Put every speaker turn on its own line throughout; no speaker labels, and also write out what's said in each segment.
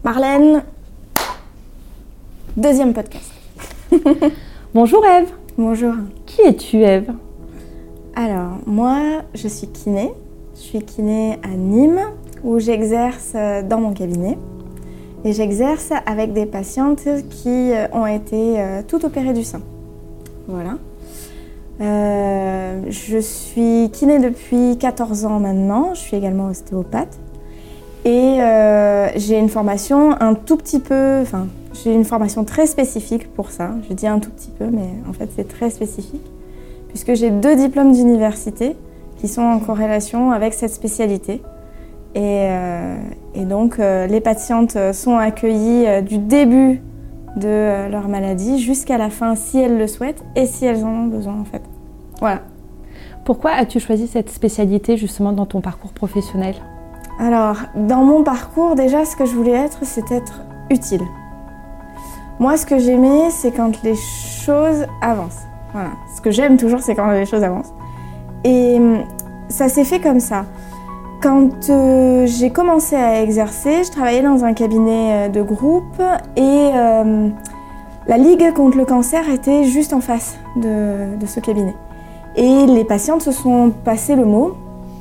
Marlène, deuxième podcast.
Bonjour Ève.
Bonjour.
Qui es-tu Ève?
Alors, moi, je suis kiné. Je suis kiné à Nîmes, où j'exerce dans mon cabinet. Et j'exerce avec des patientes qui ont été toutes opérées du sein. Voilà. Je suis kiné depuis 14 ans maintenant. Je suis également ostéopathe. Et j'ai une formation un tout petit peu... Enfin, j'ai une formation très spécifique pour ça. Je dis un tout petit peu, mais en fait, c'est très spécifique. Puisque j'ai 2 diplômes d'université qui sont en corrélation avec cette spécialité. Et donc, les patientes sont accueillies du début de leur maladie jusqu'à la fin, si elles le souhaitent et si elles en ont besoin, en fait. Voilà.
Pourquoi as-tu choisi cette spécialité, justement, dans ton parcours professionnel ?
Alors, dans mon parcours, déjà, ce que je voulais être, c'est être utile. Moi, ce que j'aimais, c'est quand les choses avancent. Voilà. Ce que j'aime toujours, c'est quand les choses avancent. Et ça s'est fait comme ça. Quand j'ai commencé à exercer, je travaillais dans un cabinet de groupe et la Ligue contre le cancer était juste en face de ce cabinet. Et les patientes se sont passé le mot.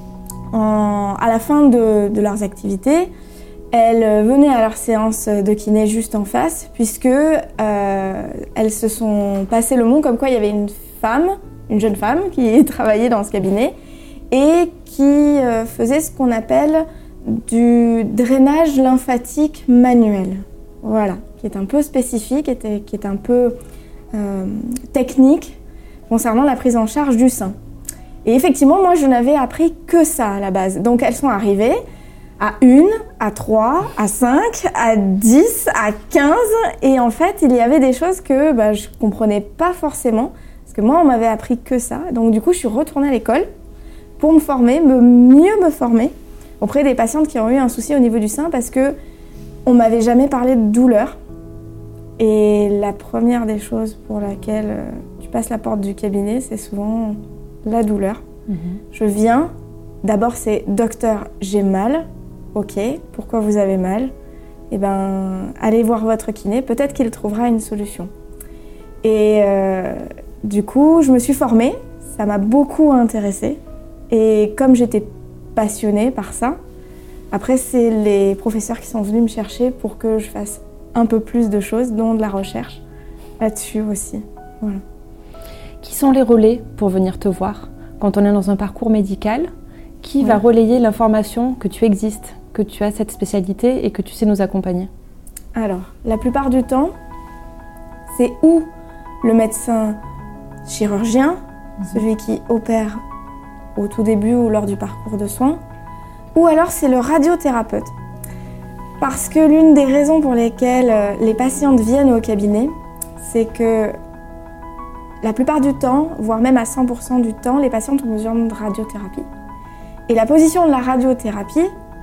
À la fin de leurs activités, elles venaient à leur séance de kiné juste en face, puisque elles se sont passé le mot comme quoi il y avait une jeune femme qui travaillait dans ce cabinet et qui faisait ce qu'on appelle du drainage lymphatique manuel. Voilà, qui est un peu spécifique, qui est un peu technique concernant la prise en charge du sein. Et effectivement, moi, je n'avais appris que ça à la base. Donc, elles sont arrivées à 1, à 3, à 5, à 10, à 15. Et en fait, il y avait des choses que je ne comprenais pas forcément. Parce que moi, on m'avait appris que ça. Donc, du coup, je suis retournée à l'école pour me former, mieux me former auprès des patientes qui ont eu un souci au niveau du sein parce qu'on ne m'avait jamais parlé de douleur. Et la première des choses pour laquelle tu passes la porte du cabinet, c'est souvent la douleur. Je viens, d'abord c'est « Docteur, j'ai mal ». Ok, pourquoi vous avez mal? Eh bien, allez voir votre kiné, peut-être qu'il trouvera une solution. Et du coup, je me suis formée, ça m'a beaucoup intéressée. Et comme j'étais passionnée par ça, après c'est les professeurs qui sont venus me chercher pour que je fasse un peu plus de choses, dont de la recherche là-dessus aussi. Voilà. Qui
sont les relais pour venir te voir? Quand on est dans un parcours médical, qui va relayer l'information que tu existes, que tu as cette spécialité et que tu sais nous accompagner?
Alors, la plupart du temps, c'est ou le médecin chirurgien, celui qui opère au tout début ou lors du parcours de soins, ou alors c'est le radiothérapeute. Parce que l'une des raisons pour lesquelles les patientes viennent au cabinet, c'est que la plupart du temps, voire même à 100% du temps, les patientes ont besoin de radiothérapie. Et la position de la radiothérapie,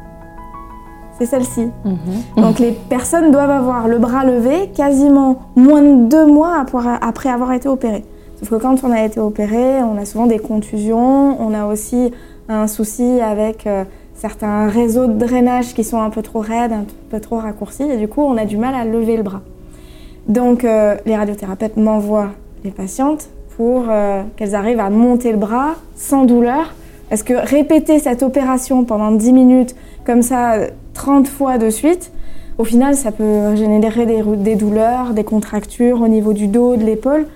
c'est celle-ci. Donc les personnes doivent avoir le bras levé quasiment moins de 2 mois après avoir été opérées. Sauf que quand on a été opéré, on a souvent des contusions, on a aussi un souci avec certains réseaux de drainage qui sont un peu trop raides, un peu trop raccourcis, et du coup on a du mal à lever le bras. Donc les radiothérapeutes m'envoient les patientes pour qu'elles arrivent à monter le bras sans douleur. Parce que répéter cette opération pendant 10 minutes, comme ça, 30 fois de suite, au final, ça peut générer des douleurs, des contractures au niveau du dos, de l'épaule.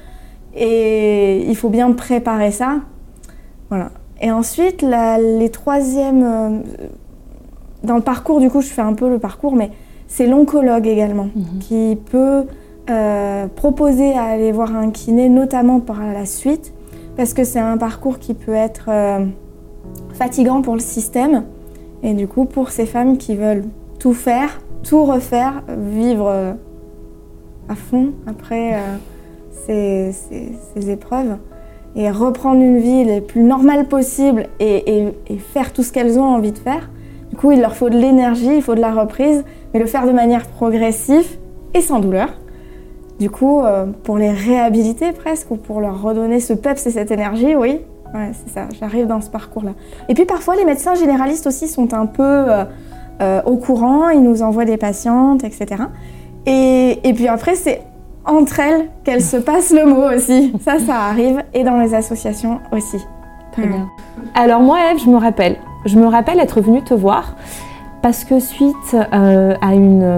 Et il faut bien préparer ça. Voilà. Et ensuite, les troisièmes... dans le parcours, du coup, je fais un peu le parcours, mais c'est l'oncologue également, qui peut proposer à aller voir un kiné, notamment par la suite, parce que c'est un parcours qui peut être fatigant pour le système. Et du coup, pour ces femmes qui veulent tout faire, tout refaire, vivre à fond après ces épreuves, et reprendre une vie le plus normale possible et faire tout ce qu'elles ont envie de faire. Du coup, il leur faut de l'énergie, il faut de la reprise, mais le faire de manière progressive et sans douleur. Du coup, pour les réhabiliter presque, ou pour leur redonner ce peps et cette énergie, oui, ouais, c'est ça, j'arrive dans ce parcours-là. Et puis parfois, les médecins généralistes aussi sont un peu au courant, ils nous envoient des patientes, etc. Et puis après, c'est entre elles qu'elles se passent le mot aussi. Ça arrive, et dans les associations aussi.
Très bien. Alors moi, Ève, je me rappelle être venue te voir parce que suite à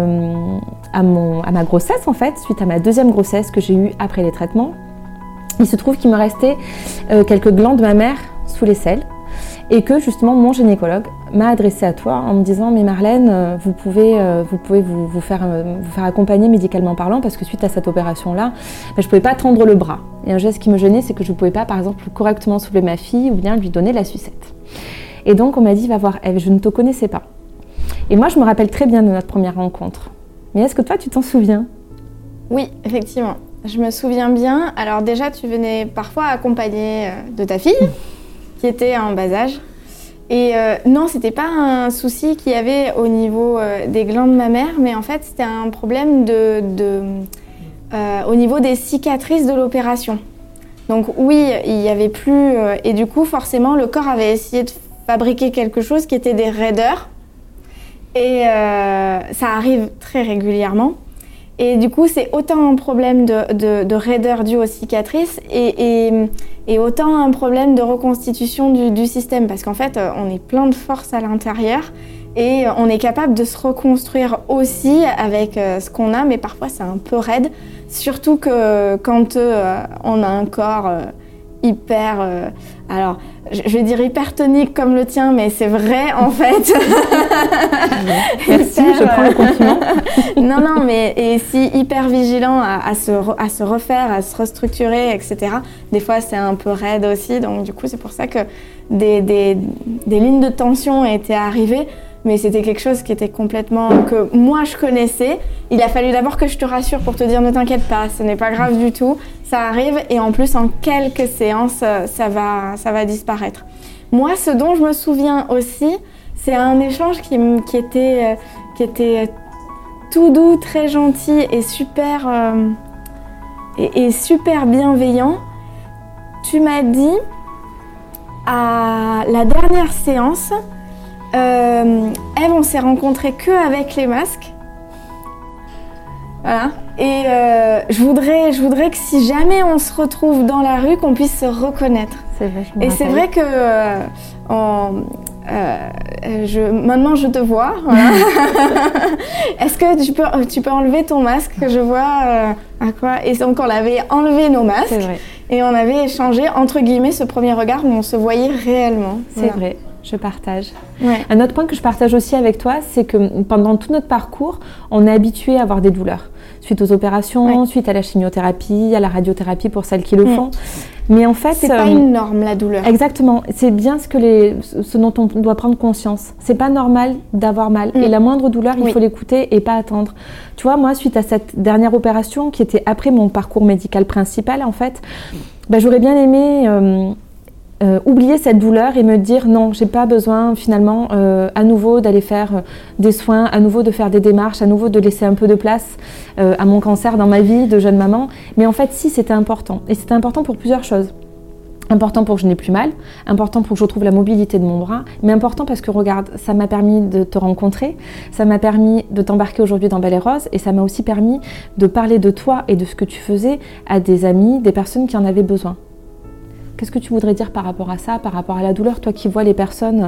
ma grossesse, en fait, suite à ma deuxième grossesse que j'ai eue après les traitements, il se trouve qu'il me restait quelques glandes mammaires sous l'aisselle et que justement mon gynécologue m'a adressé à toi en me disant « Mais Marlène, vous pouvez vous faire accompagner médicalement parlant parce que suite à cette opération-là, je ne pouvais pas tendre le bras. Et un geste qui me gênait, c'est que je ne pouvais pas, par exemple, correctement soulever ma fille ou bien lui donner la sucette. » Et donc on m'a dit « Va voir Ève, je ne te connaissais pas. » Et moi, je me rappelle très bien de notre première rencontre. Mais est-ce que toi, tu t'en souviens ?
Oui, effectivement. Je me souviens bien. Alors déjà, tu venais parfois accompagner de ta fille, qui était en bas âge. Et non, c'était pas un souci qu'il y avait au niveau des glandes mammaires, mais en fait, c'était un problème au niveau des cicatrices de l'opération. Donc oui, il y avait plus... et du coup, forcément, le corps avait essayé de fabriquer quelque chose qui était des raideurs. Et ça arrive très régulièrement. Et du coup, c'est autant un problème de raideur due aux cicatrices et autant un problème de reconstitution du système. Parce qu'en fait, on est plein de force à l'intérieur et on est capable de se reconstruire aussi avec ce qu'on a, mais parfois c'est un peu raide. Surtout que quand on a un corps hyper... alors, je vais dire hypertonique comme le tien, mais c'est vrai en fait.
Merci, je prends le compliment.
non, mais et si hyper vigilant à se refaire, à se restructurer, etc. Des fois, c'est un peu raide aussi, donc du coup, c'est pour ça que des lignes de tension étaient arrivées. Mais c'était quelque chose qui était complètement... que moi, je connaissais. Il a fallu d'abord que je te rassure pour te dire « Ne t'inquiète pas, ce n'est pas grave du tout. Ça arrive et en plus, en quelques séances, ça va disparaître. » Moi, ce dont je me souviens aussi, c'est un échange qui était tout doux, très gentil et super bienveillant. Tu m'as dit, à la dernière séance... Ève, on s'est rencontrés que avec les masques. Voilà. Et je voudrais que si jamais on se retrouve dans la rue, qu'on puisse se reconnaître.
C'est vrai,
et c'est vrai que maintenant je te vois. Voilà. Est-ce que tu peux enlever ton masque, que je vois à quoi. Et donc on avait enlevé nos masques.
C'est vrai.
Et on avait échangé entre guillemets ce premier regard où on se voyait réellement.
C'est vrai. Je partage.
Ouais.
Un autre point que je partage aussi avec toi, c'est que pendant tout notre parcours, on est habitué à avoir des douleurs. Suite aux opérations, suite à la chimiothérapie, à la radiothérapie pour celles qui le font. Mais en fait...
C'est pas une norme, la douleur.
Exactement. C'est bien ce dont on doit prendre conscience. C'est pas normal d'avoir mal. Et la moindre douleur, il faut l'écouter et pas attendre. Tu vois, moi, suite à cette dernière opération, qui était après mon parcours médical principal, en fait, j'aurais bien aimé... oublier cette douleur et me dire non, j'ai pas besoin finalement à nouveau d'aller faire des soins, à nouveau de faire des démarches, à nouveau de laisser un peu de place à mon cancer dans ma vie de jeune maman. Mais en fait, si, c'était important. Et c'était important pour plusieurs choses. Important pour que je n'ai plus mal, important pour que je retrouve la mobilité de mon bras, mais important parce que regarde, ça m'a permis de te rencontrer, ça m'a permis de t'embarquer aujourd'hui dans Belle et Rose et ça m'a aussi permis de parler de toi et de ce que tu faisais à des amis, des personnes qui en avaient besoin. Qu'est-ce que tu voudrais dire par rapport à ça, par rapport à la douleur? Toi qui vois les personnes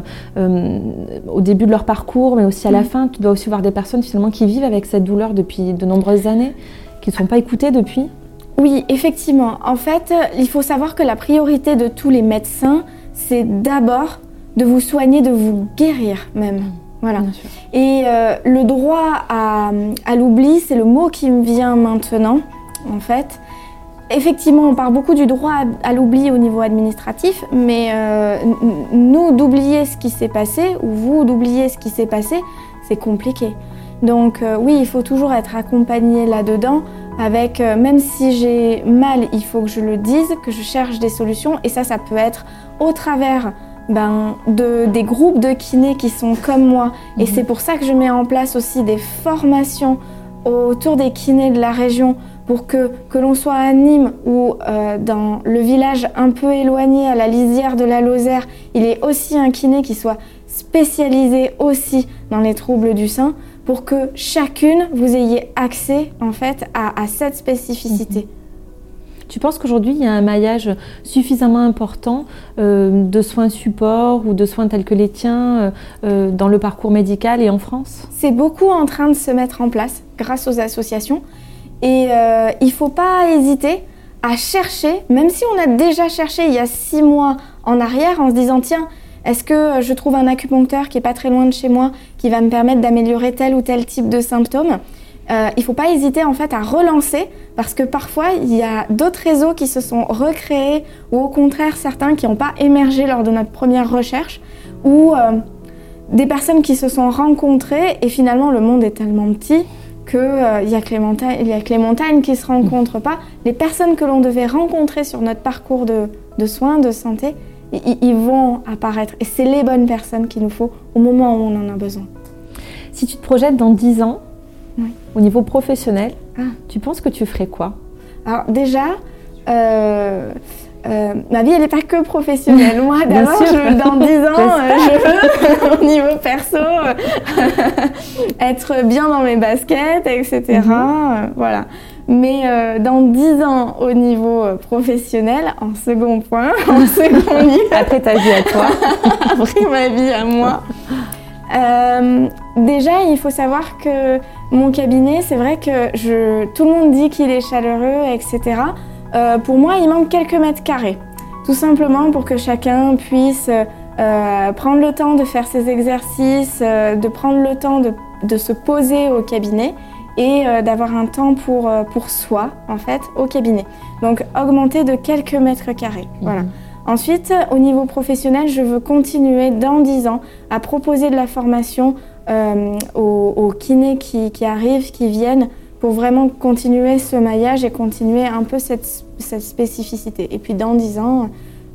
au début de leur parcours, mais aussi à la fin, tu dois aussi voir des personnes finalement qui vivent avec cette douleur depuis de nombreuses années, qui ne sont pas écoutées depuis.
Oui, effectivement. En fait, il faut savoir que la priorité de tous les médecins, c'est d'abord de vous soigner, de vous guérir même. Voilà. Et le droit à l'oubli, c'est le mot qui me vient maintenant, en fait. Effectivement, on parle beaucoup du droit à l'oubli au niveau administratif, mais nous, d'oublier ce qui s'est passé, ou vous, d'oublier ce qui s'est passé, c'est compliqué. Donc oui, il faut toujours être accompagné là-dedans, avec même si j'ai mal, il faut que je le dise, que je cherche des solutions, et ça peut être au travers des groupes de kinés qui sont comme moi, et c'est pour ça que je mets en place aussi des formations autour des kinés de la région, pour que l'on soit à Nîmes ou dans le village un peu éloigné à la lisière de la Lozère, il y ait aussi un kiné qui soit spécialisée aussi dans les troubles du sein pour que chacune, vous ayez accès en fait à cette spécificité.
Tu penses qu'aujourd'hui, il y a un maillage suffisamment important de soins support ou de soins tels que les tiens dans le parcours médical et en France ?
C'est beaucoup en train de se mettre en place grâce aux associations. Et il ne faut pas hésiter à chercher, même si on a déjà cherché il y a 6 mois en arrière en se disant « Tiens, est-ce que je trouve un acupuncteur qui n'est pas très loin de chez moi qui va me permettre d'améliorer tel ou tel type de symptômes ?» Il ne faut pas hésiter en fait à relancer parce que parfois il y a d'autres réseaux qui se sont recréés ou au contraire certains qui n'ont pas émergé lors de notre première recherche ou des personnes qui se sont rencontrées et finalement le monde est tellement petit qu'il y a que les montagnes qui ne se rencontrent pas. Les personnes que l'on devait rencontrer sur notre parcours de soins, de santé, ils vont apparaître et c'est les bonnes personnes qu'il nous faut au moment où on en a besoin.
Si tu te projettes dans 10 ans,
oui.
Au niveau professionnel, tu penses que tu ferais quoi ?
Alors déjà, ma vie elle n'est pas que professionnelle. Moi d'abord, dans 10 ans, je veux au niveau perso être bien dans mes baskets, etc. Voilà. Mais dans 10 ans au niveau professionnel, en second point, en second lieu.
Après ta vie à toi.
Après ma vie à moi. Déjà, il faut savoir que mon cabinet, c'est vrai que tout le monde dit qu'il est chaleureux, etc. Pour moi, il manque quelques mètres carrés. Tout simplement pour que chacun puisse prendre le temps de faire ses exercices, de prendre le temps de se poser au cabinet et d'avoir un temps pour soi, en fait, au cabinet. Donc, augmenter de quelques mètres carrés. Voilà. Ensuite, au niveau professionnel, je veux continuer dans 10 ans à proposer de la formation aux kinés qui arrivent, qui viennent, pour vraiment continuer ce maillage et continuer un peu cette spécificité. Et puis dans 10 ans,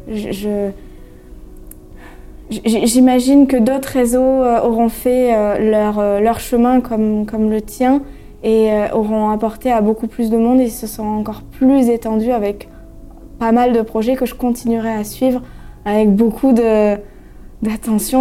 j'imagine que d'autres réseaux auront fait leur chemin comme le tien et auront apporté à beaucoup plus de monde et se sont encore plus étendus avec pas mal de projets que je continuerai à suivre avec beaucoup d'attention,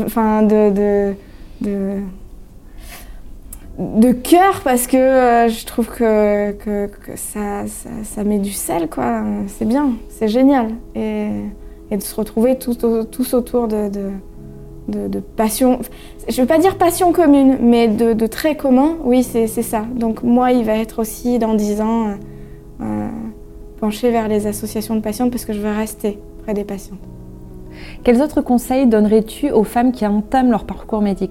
de cœur parce que je trouve que ça met du sel, quoi. C'est bien, c'est génial. Et de se retrouver tous autour de passion. Je ne veux pas dire passion commune, mais de traits communs, oui, c'est ça. Donc moi, il va être aussi dans 10 ans penché vers les associations de patientes parce que je veux rester près des patientes.
Quels autres conseils donnerais-tu aux femmes qui entament leur parcours médical ?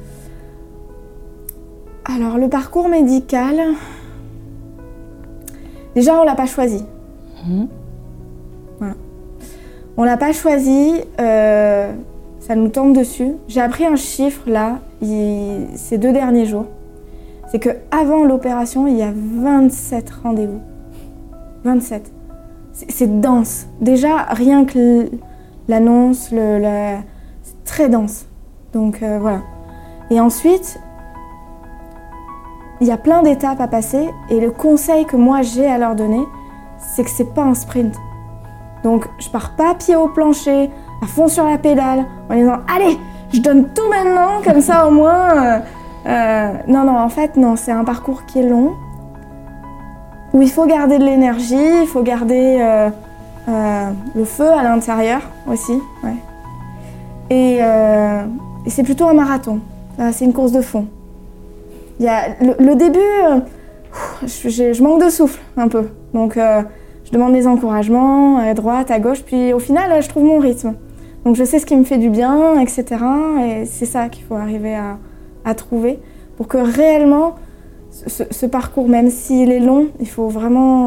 Alors, le parcours médical, déjà, on ne l'a pas choisi. Voilà. On ne l'a pas choisi, ça nous tombe dessus. J'ai appris un chiffre, là, ces 2 derniers jours. C'est qu'avant l'opération, il y a 27 rendez-vous. 27. C'est dense. Déjà, rien que l'annonce, c'est très dense. Donc, voilà. Et ensuite, il y a plein d'étapes à passer et le conseil que moi j'ai à leur donner, c'est que c'est pas un sprint. Donc je pars pas pied au plancher, à fond sur la pédale, en disant allez, je donne tout maintenant, comme ça au moins. Non, en fait non, c'est un parcours qui est long, où il faut garder de l'énergie, il faut garder le feu à l'intérieur aussi. Ouais. Et c'est plutôt un marathon, c'est une course de fond. Il y a le début, je manque de souffle un peu, donc je demande des encouragements à droite, à gauche, puis au final je trouve mon rythme. Donc je sais ce qui me fait du bien, etc. Et c'est ça qu'il faut arriver à trouver pour que réellement ce parcours, même s'il est long, il faut vraiment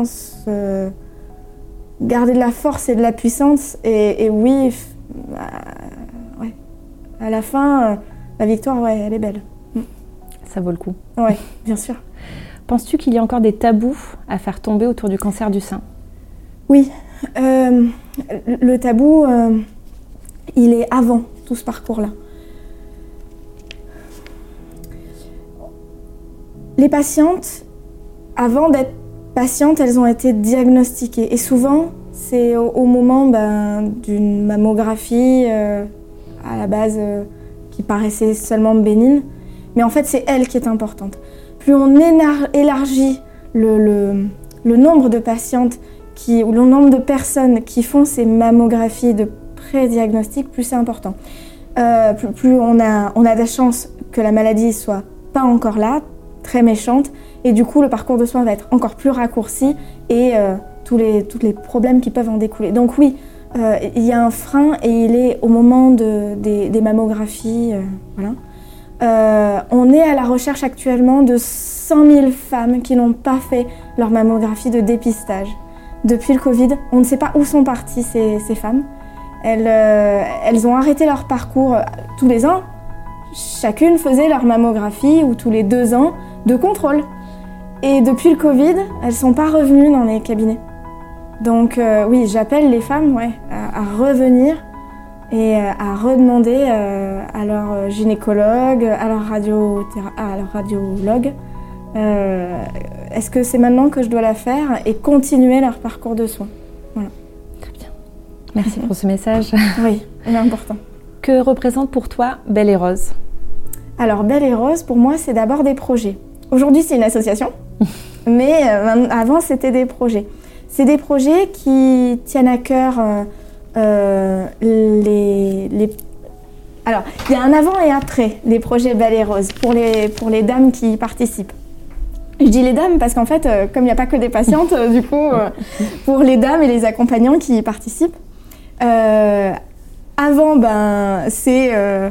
garder de la force et de la puissance. Et oui, ouais. À la fin, la victoire, ouais, elle est belle.
Ça vaut le coup.
Oui, bien sûr.
Penses-tu qu'il y a encore des tabous à faire tomber autour du cancer du sein ?
Oui. Le tabou, il est avant tout ce parcours-là. Les patientes, avant d'être patientes, elles ont été diagnostiquées. Et souvent, c'est au moment d'une mammographie à la base qui paraissait seulement bénigne. Mais en fait, c'est elle qui est importante. Plus on élargit le nombre de patientes ou le nombre de personnes qui font ces mammographies de pré-diagnostic, plus c'est important. Plus on a de chances que la maladie soit pas encore là, très méchante, et du coup le parcours de soins va être encore plus raccourci et tous les problèmes qui peuvent en découler. Donc oui, il y a un frein et il est au moment des mammographies. Voilà. On est à la recherche actuellement de 100 000 femmes qui n'ont pas fait leur mammographie de dépistage. Depuis le Covid, on ne sait pas où sont parties ces femmes. Elles ont arrêté leur parcours tous les ans. Chacune faisait leur mammographie ou tous les 2 ans de contrôle. Et depuis le Covid, elles ne sont pas revenues dans les cabinets. Donc oui, j'appelle les femmes à revenir et à redemander à leur gynécologue, à leur radiologue, est-ce que c'est maintenant que je dois la faire et continuer leur parcours de soins. Voilà.
Très bien. Merci pour ce message.
Oui, c'est important.
Que représente pour toi Belle et Rose ?
Alors Belle et Rose, pour moi, c'est d'abord des projets. Aujourd'hui, c'est une association, mais avant, c'était des projets. C'est des projets qui tiennent à cœur Alors, il y a un avant et après les projets Belle et Rose pour les dames qui y participent. Je dis les dames parce qu'en fait, comme il n'y a pas que des patientes, du coup, pour les dames et les accompagnants qui y participent, avant, c'est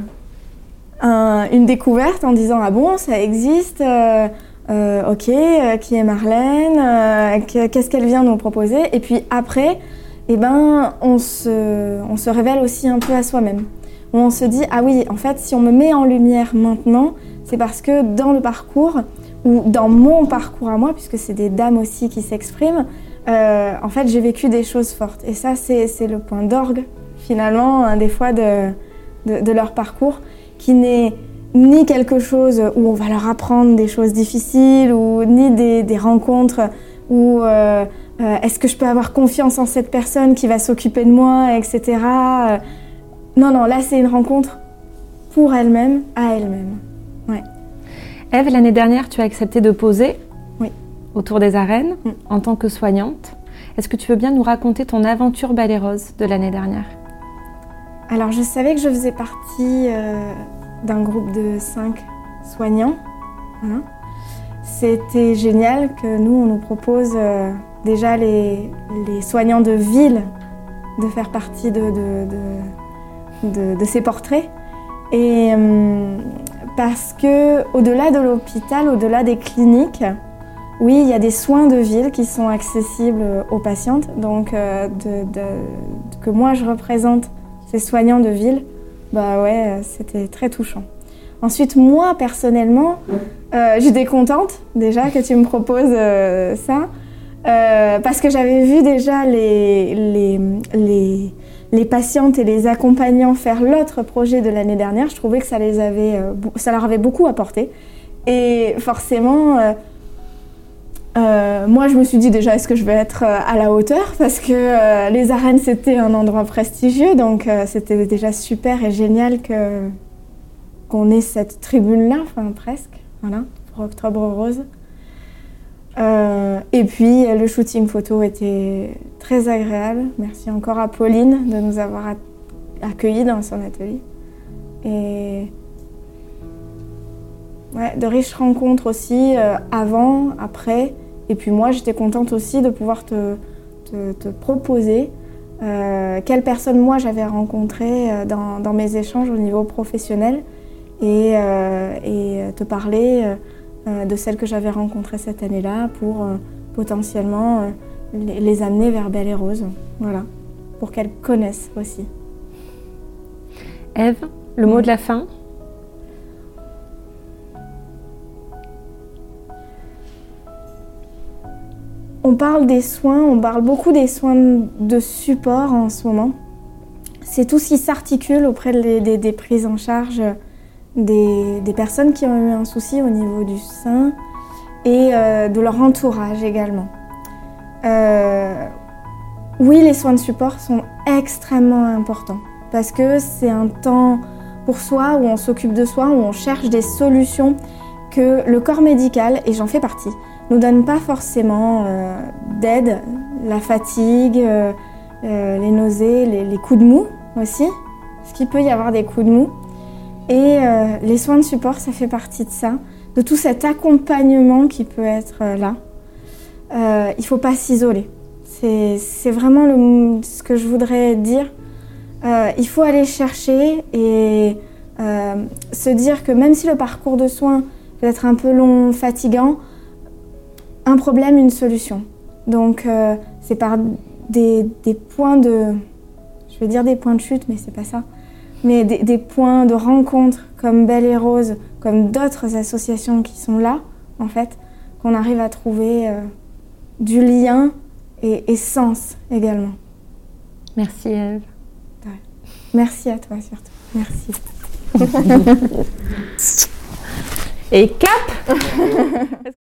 une découverte en disant « Ah bon, ça existe ok, qui est Marlène, qu'est-ce qu'elle vient nous proposer ?» Et puis après, on se révèle aussi un peu à soi-même. Où on se dit « Ah oui, en fait, si on me met en lumière maintenant, c'est parce que dans le parcours, ou dans mon parcours à moi, puisque c'est des dames aussi qui s'expriment, en fait, j'ai vécu des choses fortes. » Et ça, c'est le point d'orgue, finalement, des fois, de leur parcours, qui n'est ni quelque chose où on va leur apprendre des choses difficiles, ou ni des rencontres où est-ce que je peux avoir confiance en cette personne qui va s'occuper de moi, etc. Non, là, c'est une rencontre pour elle-même, à elle-même. Ouais.
Ève, l'année dernière, tu as accepté de poser autour des arènes en tant que soignante. Est-ce que tu veux bien nous raconter ton aventure Belle et Rose de l'année dernière ?
Alors, je savais que je faisais partie d'un groupe de 5 soignants. Voilà. C'était génial que nous, on nous propose déjà les soignants de ville de faire partie de ces portraits. Et parce que au-delà de l'hôpital, au-delà des cliniques, oui, il y a des soins de ville qui sont accessibles aux patientes. Donc, que moi je représente ces soignants de ville, c'était très touchant. Ensuite, moi personnellement, j'étais contente déjà que tu me proposes ça, parce que j'avais vu déjà les patientes et les accompagnants faire l'autre projet de l'année dernière. Je trouvais que ça leur avait beaucoup apporté. Et forcément, moi je me suis dit déjà, est-ce que je vais être à la hauteur ? Parce que les arènes, c'était un endroit prestigieux, donc c'était déjà super et génial qu'on ait cette tribune-là, enfin presque, voilà, pour Octobre Rose. Et puis le shooting photo était très agréable. Merci encore à Pauline de nous avoir accueillis dans son atelier. Et de riches rencontres aussi, avant, après. Et puis moi, j'étais contente aussi de pouvoir te proposer quelles personnes moi j'avais rencontrées dans mes échanges au niveau professionnel et te parler de celles que j'avais rencontrées cette année-là pour potentiellement les amener vers Belle et Rose, voilà, pour qu'elles connaissent aussi.
Ève, le mot de la fin ?
On parle des soins, on parle beaucoup des soins de support en ce moment. C'est tout ce qui s'articule auprès des prises en charge des personnes qui ont eu un souci au niveau du sein et de leur entourage également. Oui, les soins de support sont extrêmement importants. parce que c'est un temps pour soi, où on s'occupe de soi, où on cherche des solutions que le corps médical, et j'en fais partie, nous donne pas forcément d'aide, la fatigue, les nausées, les coups de mou aussi, parce qu'il peut y avoir des coups de mou. Et les soins de support, ça fait partie de ça, de tout cet accompagnement qui peut être là. Il ne faut pas s'isoler. C'est vraiment ce que je voudrais dire. Il faut aller chercher et se dire que même si le parcours de soins peut être un peu long, fatigant, un problème, une solution. Donc c'est par des points de... Je vais dire des points de chute, mais c'est pas ça. Mais des points de rencontre comme Belle et Rose, comme d'autres associations qui sont là, en fait, qu'on arrive à trouver du lien et sens également.
Merci Ève.
Ouais. Merci à toi surtout. Merci.
Et cap.